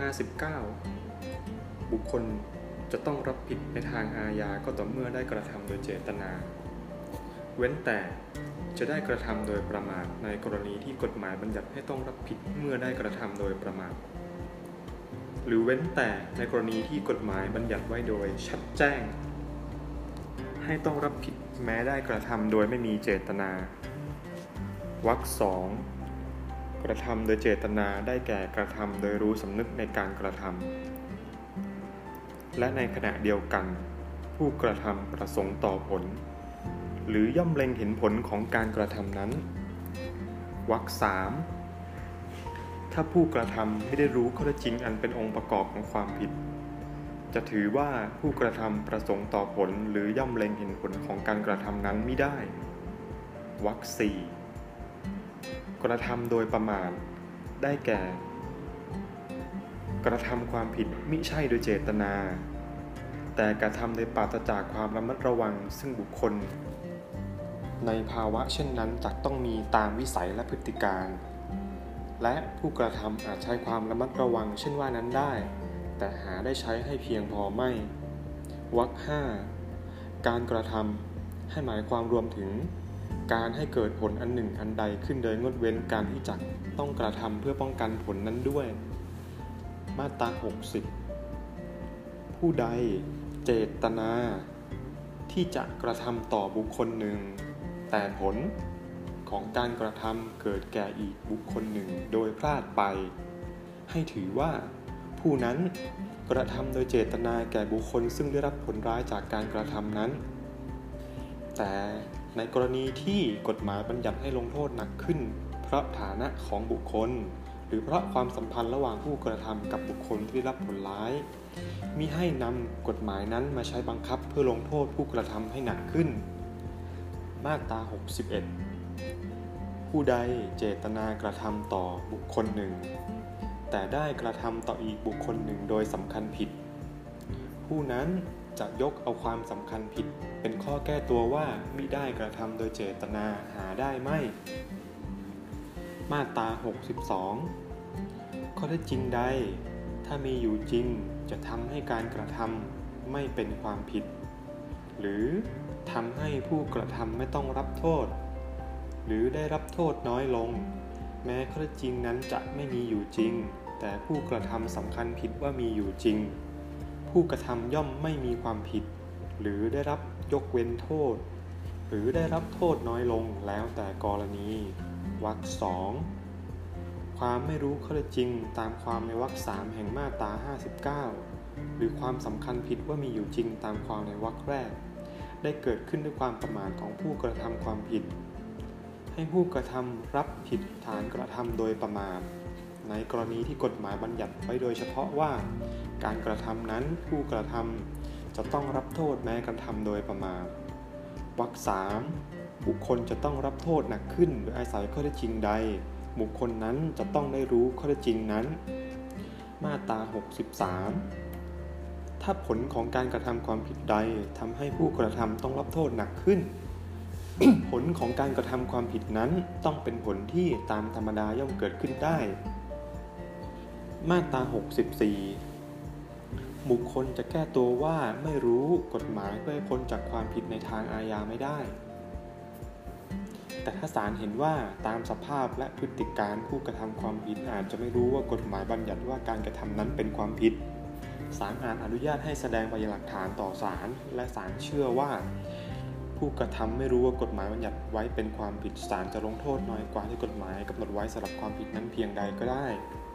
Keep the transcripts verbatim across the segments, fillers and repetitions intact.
าสิบเก้า บุคคลจะต้องรับผิดในทางอาญาก็ต่อเมื่อได้กระทำโดยเจตนาเว้นแต่จะได้กระทำโดยประมาทในกรณีที่กฎหมายบัญญัติให้ต้องรับผิดเมื่อได้กระทำโดยประมาทหรือเว้นแต่ในกรณีที่กฎหมายบัญญัติไว้โดยชัดแจ้งให้ต้องรับผิดแม้ได้กระทำโดยไม่มีเจตนาวรรคสองกระทำโดยเจตนาได้แก่กระทำโดยรู้สำนึกในการกระทำและในขณะเดียวกันผู้กระทำประสงค์ต่อผลหรือย่อมเล็งเห็นผลของการกระทำนั้นวรรคสามถ้าผู้กระทำไม่ได้รู้ข้อเท็จจริงอันเป็นองค์ประกอบของความผิดจะถือว่าผู้กระทำประสงค์ต่อผลหรือย่อมเล็งเห็นผลของการกระทำนั้นมิได้วรรคสี่กระทำโดยประมาทได้แก่กระทำความผิดมิใช่โดยเจตนาแต่กระทำโดยปราศจากความระมัดระวังซึ่งบุคคลในภาวะเช่นนั้นจักต้องมีตามวิสัยและพฤติการและผู้กระทำอาจใช้ความระมัดระวังเช่นว่านั้นได้แต่หาได้ใช้ให้เพียงพอไม่วรรคห้าการกระทำให้หมายความรวมถึงการให้เกิดผลอันหนึ่งอันใดขึ้นโดยงดเว้นการที่จักต้องกระทำเพื่อป้องกันผลนั้นด้วยมาตราหกสิบผู้ใดเจตนาที่จะกระทำต่อบุคคลหนึ่งแต่ผลของการกระทำเกิดแก่อีกบุคคลหนึ่งโดยพลาดไปให้ถือว่าผู้นั้นกระทำโดยเจตนาแก่บุคคลซึ่งได้รับผลร้ายจากการกระทำนั้นแต่ในกรณีที่กฎหมายบัญญัติให้ลงโทษหนักขึ้นเพราะฐานะของบุคคลหรือเพราะความสัมพันธ์ระหว่างผู้กระทำกับบุคคลที่ได้รับผลร้ายมิให้นำกฎหมายนั้นมาใช้บังคับเพื่อลงโทษผู้กระทำให้หนักขึ้นมาตราหกสิบเอ็ดผู้ใดเจตนากระทำต่อบุคคลหนึ่งแต่ได้กระทำต่ออีกบุคคลหนึ่งโดยสำคัญผิดผู้นั้นจะยกเอาความสำคัญผิดเป็นข้อแก้ตัวว่ามิได้กระทำโดยเจตนาหาได้ไม่มาตราหกสิบสองข้อเท็จจริงใดถ้ามีอยู่จริงจะทำให้การกระทำไม่เป็นความผิดหรือทำให้ผู้กระทำไม่ต้องรับโทษหรือได้รับโทษน้อยลงแม้ข้อเท็จจริงนั้นจะไม่มีอยู่จริงแต่ผู้กระทำสำคัญผิดว่ามีอยู่จริงผู้กระทำย่อมไม่มีความผิดหรือได้รับยกเว้นโทษหรือได้รับโทษน้อยลงแล้วแต่กรณีวรรคสองความไม่รู้ข้อเท็จจริงตามความในวรรคสามแห่งมาตราห้าสิบเก้าหรือความสำคัญผิดว่ามีอยู่จริงตามความในวรรคแรกได้เกิดขึ้นด้วยความประมาทของผู้กระทำความผิดให้ผู้กระทำรับผิดฐานกระทำโดยประมาทในกรณีที่กฎหมายบัญญัติไว้โดยเฉพาะว่าการกระทำนั้นผู้กระทำจะต้องรับโทษแม้กระทำโดยประมาทวรรคสามบุคคลจะต้องรับโทษหนักขึ้นโดยอาศัยข้อเท็จจริงใดบุคคลนั้นจะต้องได้รู้ข้อเท็จจริงนั้นมาตราหกสิบสามถ้าผลของการกระทำความผิดใดทำให้ผู้กระทำต้องรับโทษหนักขึ้น ผลของการกระทำความผิดนั้นต้องเป็นผลที่ตามธรรมดาย่อมเกิดขึ้นได้มาตราหกสิบสี่บุคคลจะแก้ตัวว่าไม่รู้กฎหมายเพื่อให้พ้นจากความผิดในทางอาญาไม่ได้แต่ถ้าศาลเห็นว่าตามสภาพและพฤติการผู้กระทำความผิดอาจจะไม่รู้ว่ากฎหมายบัญญัติว่าการกระทำนั้นเป็นความผิดศาลอาจอนุญาตให้แสดงพยานหลักฐานต่อศาลและศาลเชื่อว่าผู้กระทำไม่รู้ว่ากฎหมายบัญญัติไว้เป็นความผิดศาลจะลงโทษน้อยกว่าที่กฎหมายกำหนดไว้สำหรับความผิดนั้นเพียงใดก็ได้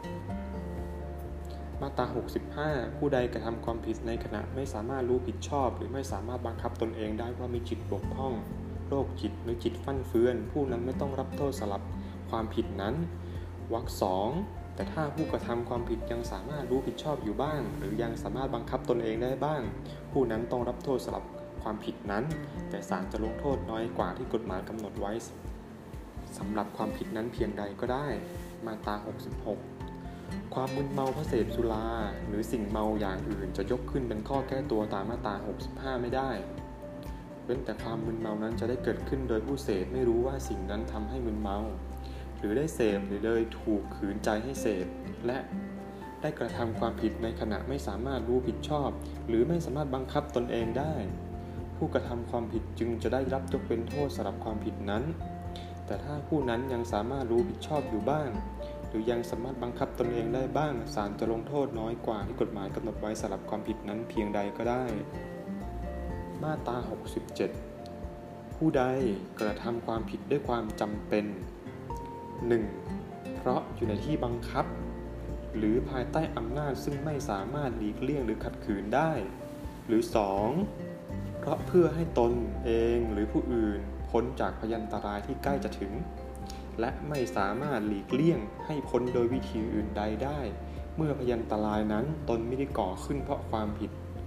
มาตราหกสิบห้าผู้ใดกระทำความผิดในขณะไม่สามารถรู้ผิดชอบหรือไม่สามารถบังคับตนเองได้ว่ามีจิตบกพร่องโรคจิตหรือจิตฟั่นเฟือนผู้นั้นไม่ต้องรับโทษสำหรับความผิดนั้นวรรคสองแต่ถ้าผู้กระทำความผิดยังสามารถรู้ผิดชอบอยู่บ้างหรือยังสามารถบังคับตนเองได้บ้างผู้นั้นต้องรับโทษสำหรับความผิดนั้นแต่ศาลจะลงโทษน้อยกว่าที่กฎหมายกำหนดไว้สำหรับความผิดนั้นเพียงใดก็ได้มาตราหกสิบหกความมึนเมาเพราะเสพสุราหรือสิ่งเมาอย่างอื่นจะยกขึ้นเป็นข้อแก้ตัวตามมาตราหกสิบห้าไม่ได้เว้นแต่ความมึนเมานั้นจะได้เกิดขึ้นโดยผู้เสพไม่รู้ว่าสิ่งนั้นทำให้มึนเมาหรือได้เสพหรือเลยถูกขืนใจให้เสพและได้กระทำความผิดในขณะไม่สามารถรู้ผิดชอบหรือไม่สามารถบังคับตนเองได้ผู้กระทำความผิดจึงจะได้รับยกเว้นโทษสำหรับความผิดนั้นแต่ถ้าผู้นั้นยังสามารถรู้ผิดชอบอยู่บ้างหรือยังสามารถบังคับตนเองได้บ้างศาลจะลงโทษน้อยกว่าที่กฎหมายกำหนดไว้สำหรับความผิดนั้นเพียงใดก็ได้มาตราหกสิบเจ็ดผู้ใดกระทำความผิดด้วยความจำเป็น หนึ่ง. เพราะอยู่ในที่บังคับหรือภายใต้อำนาจซึ่งไม่สามารถหลีกเลี่ยงหรือขัดขืนได้หรือ สอง. เพราะเพื่อให้ตนเองหรือผู้อื่นพ้นจากพยันตรายที่ใกล้จะถึงและไม่สามารถหลีกเลี่ยงให้พ้นโดยวิธีอื่นใดได้เมื่อพยันตรายนั้นตนไม่ได้ก่อขึ้นเพราะความผิด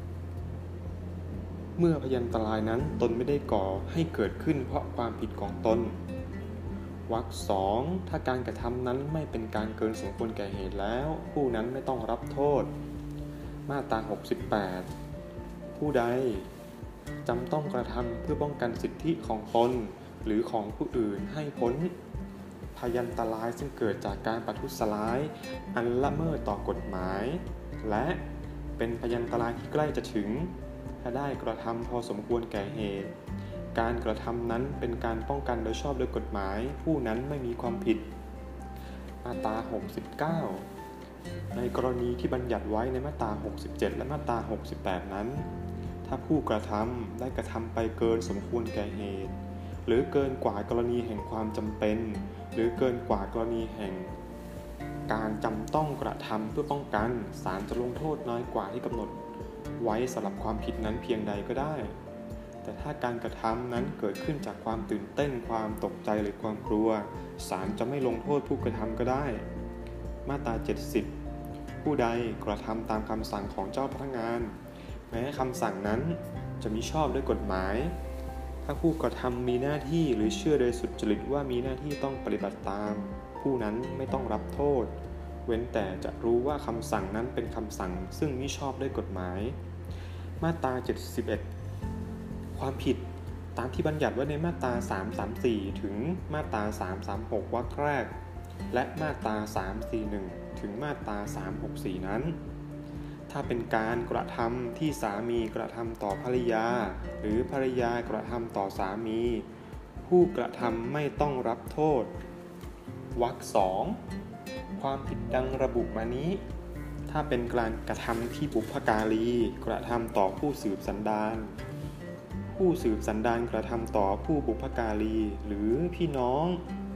เมื่อพยันตรายนั้นตนไม่ได้ก่อให้เกิดขึ้นเพราะความผิดของตนวรรคสองถ้าการกระทำนั้นไม่เป็นการเกินสมควรแก่เหตุแล้วผู้นั้นไม่ต้องรับโทษมาตราหกสิบแปดผู้ใดจำต้องกระทำเพื่อป้องกันสิทธิของตนหรือของผู้อื่นให้พ้นพยันตรายซึ่งเกิดจากการประทุษร้ายอันละเมิดต่อกฎหมายและเป็นพยันตรายที่ใกล้จะถึงถ้าได้กระทำพอสมควรแก่เหตุการกระทำนั้นเป็นการป้องกันโดยชอบโดยกฎหมายผู้นั้นไม่มีความผิดมาตราหกสิบเก้าในกรณีที่บัญญัติไว้ในมาตราหกสิบเจ็ดและมาตราหกสิบแปดนั้นถ้าผู้กระทำได้กระทำไปเกินสมควรแก่เหตุหรือเกินกว่ากรณีแห่งความจำเป็นหรือเกินกว่ากรณีแห่งการจำต้องกระทำเพื่อป้องกันศาลจะลงโทษน้อยกว่าที่กำหนดไว้สำหรับความผิดนั้นเพียงใดก็ได้แต่ถ้าการกระทำนั้นเกิดขึ้นจากความตื่นเต้นความตกใจหรือความกลัวศาลจะไม่ลงโทษผู้กระทำก็ได้มาตราเจ็ดสิบผู้ใดกระทำตามคำสั่งของเจ้าพนักงานแม้คำสั่งนั้นจะมิชอบด้วยกฎหมายถ้าผู้กระทำมีหน้าที่หรือเชื่อโดยสุจริตว่ามีหน้าที่ต้องปฏิบัติตามผู้นั้นไม่ต้องรับโทษเว้นแต่จะรู้ว่าคำสั่งนั้นเป็นคำสั่งซึ่งมิชอบด้วยกฎหมายมาตราเจ็ดสิบเอ็ดความผิดตามที่บัญญัติไว้ในมาตราสามร้อยสามสิบสี่ถึงมาตราสามร้อยสามสิบหกวรรคแรกและมาตราสามร้อยสี่สิบเอ็ดถึงมาตราสามร้อยหกสิบสี่นั้นถ้าเป็นการกระทำที่สามีกระทำต่อภริยาหรือภริยากระทำต่อสามีผู้กระทำไม่ต้องรับโทษวรรคสองความผิดดังระบุมานี้ถ้าเป็นการกระทำที่บุพการีกระทำต่อผู้สืบสันดานผู้สืบสันดานกระทำต่อผู้บุพการีหรือพี่น้อง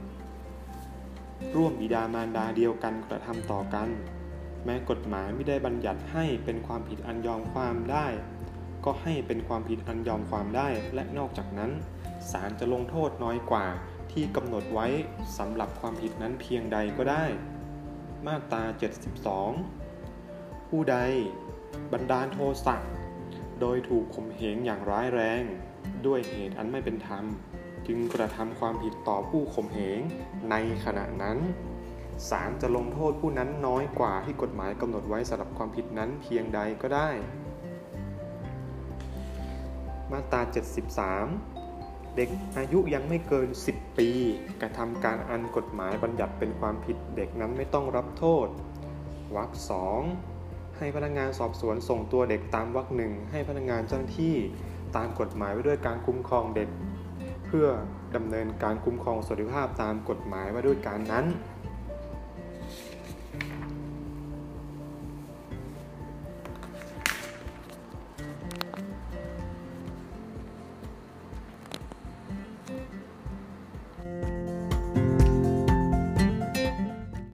ร่วมบิดามารดาเดียวกันกระทำต่อกันแม้กฎหมายไม่ได้บัญญัติให้เป็นความผิดอันยอมความได้ก็ให้เป็นความผิดอันยอมความได้และนอกจากนั้นศาลจะลงโทษน้อยกว่าที่กำหนดไว้สำหรับความผิดนั้นเพียงใดก็ได้มาตราเจ็ดสิบสองผู้ใดบันดาลโทสะโดยถูกข่มเหงอย่างร้ายแรงด้วยเหตุอันไม่เป็นธรรมจึงกระทำความผิดต่อผู้ข่มเหงในขณะนั้นศาลจะลงโทษผู้นั้นน้อยกว่าที่กฎหมายกำหนดไว้สำหรับความผิดนั้นเพียงใดก็ได้มาตราเจ็ดสิบสามเด็กอายุยังไม่เกินสิบปีกระทำการอันกฎหมายบัญญัติเป็นความผิดเด็กนั้นไม่ต้องรับโทษวรรคสองให้พนักงานสอบสวนส่งตัวเด็กตามวรรคหนึ่งให้พนักงานเจ้าหน้าที่ตามกฎหมายไว้ด้วยการคุ้มครองเด็กเพื่อดำเนินการคุ้มครองสวัสดิภาพตามกฎหมายไว้ด้วยการนั้น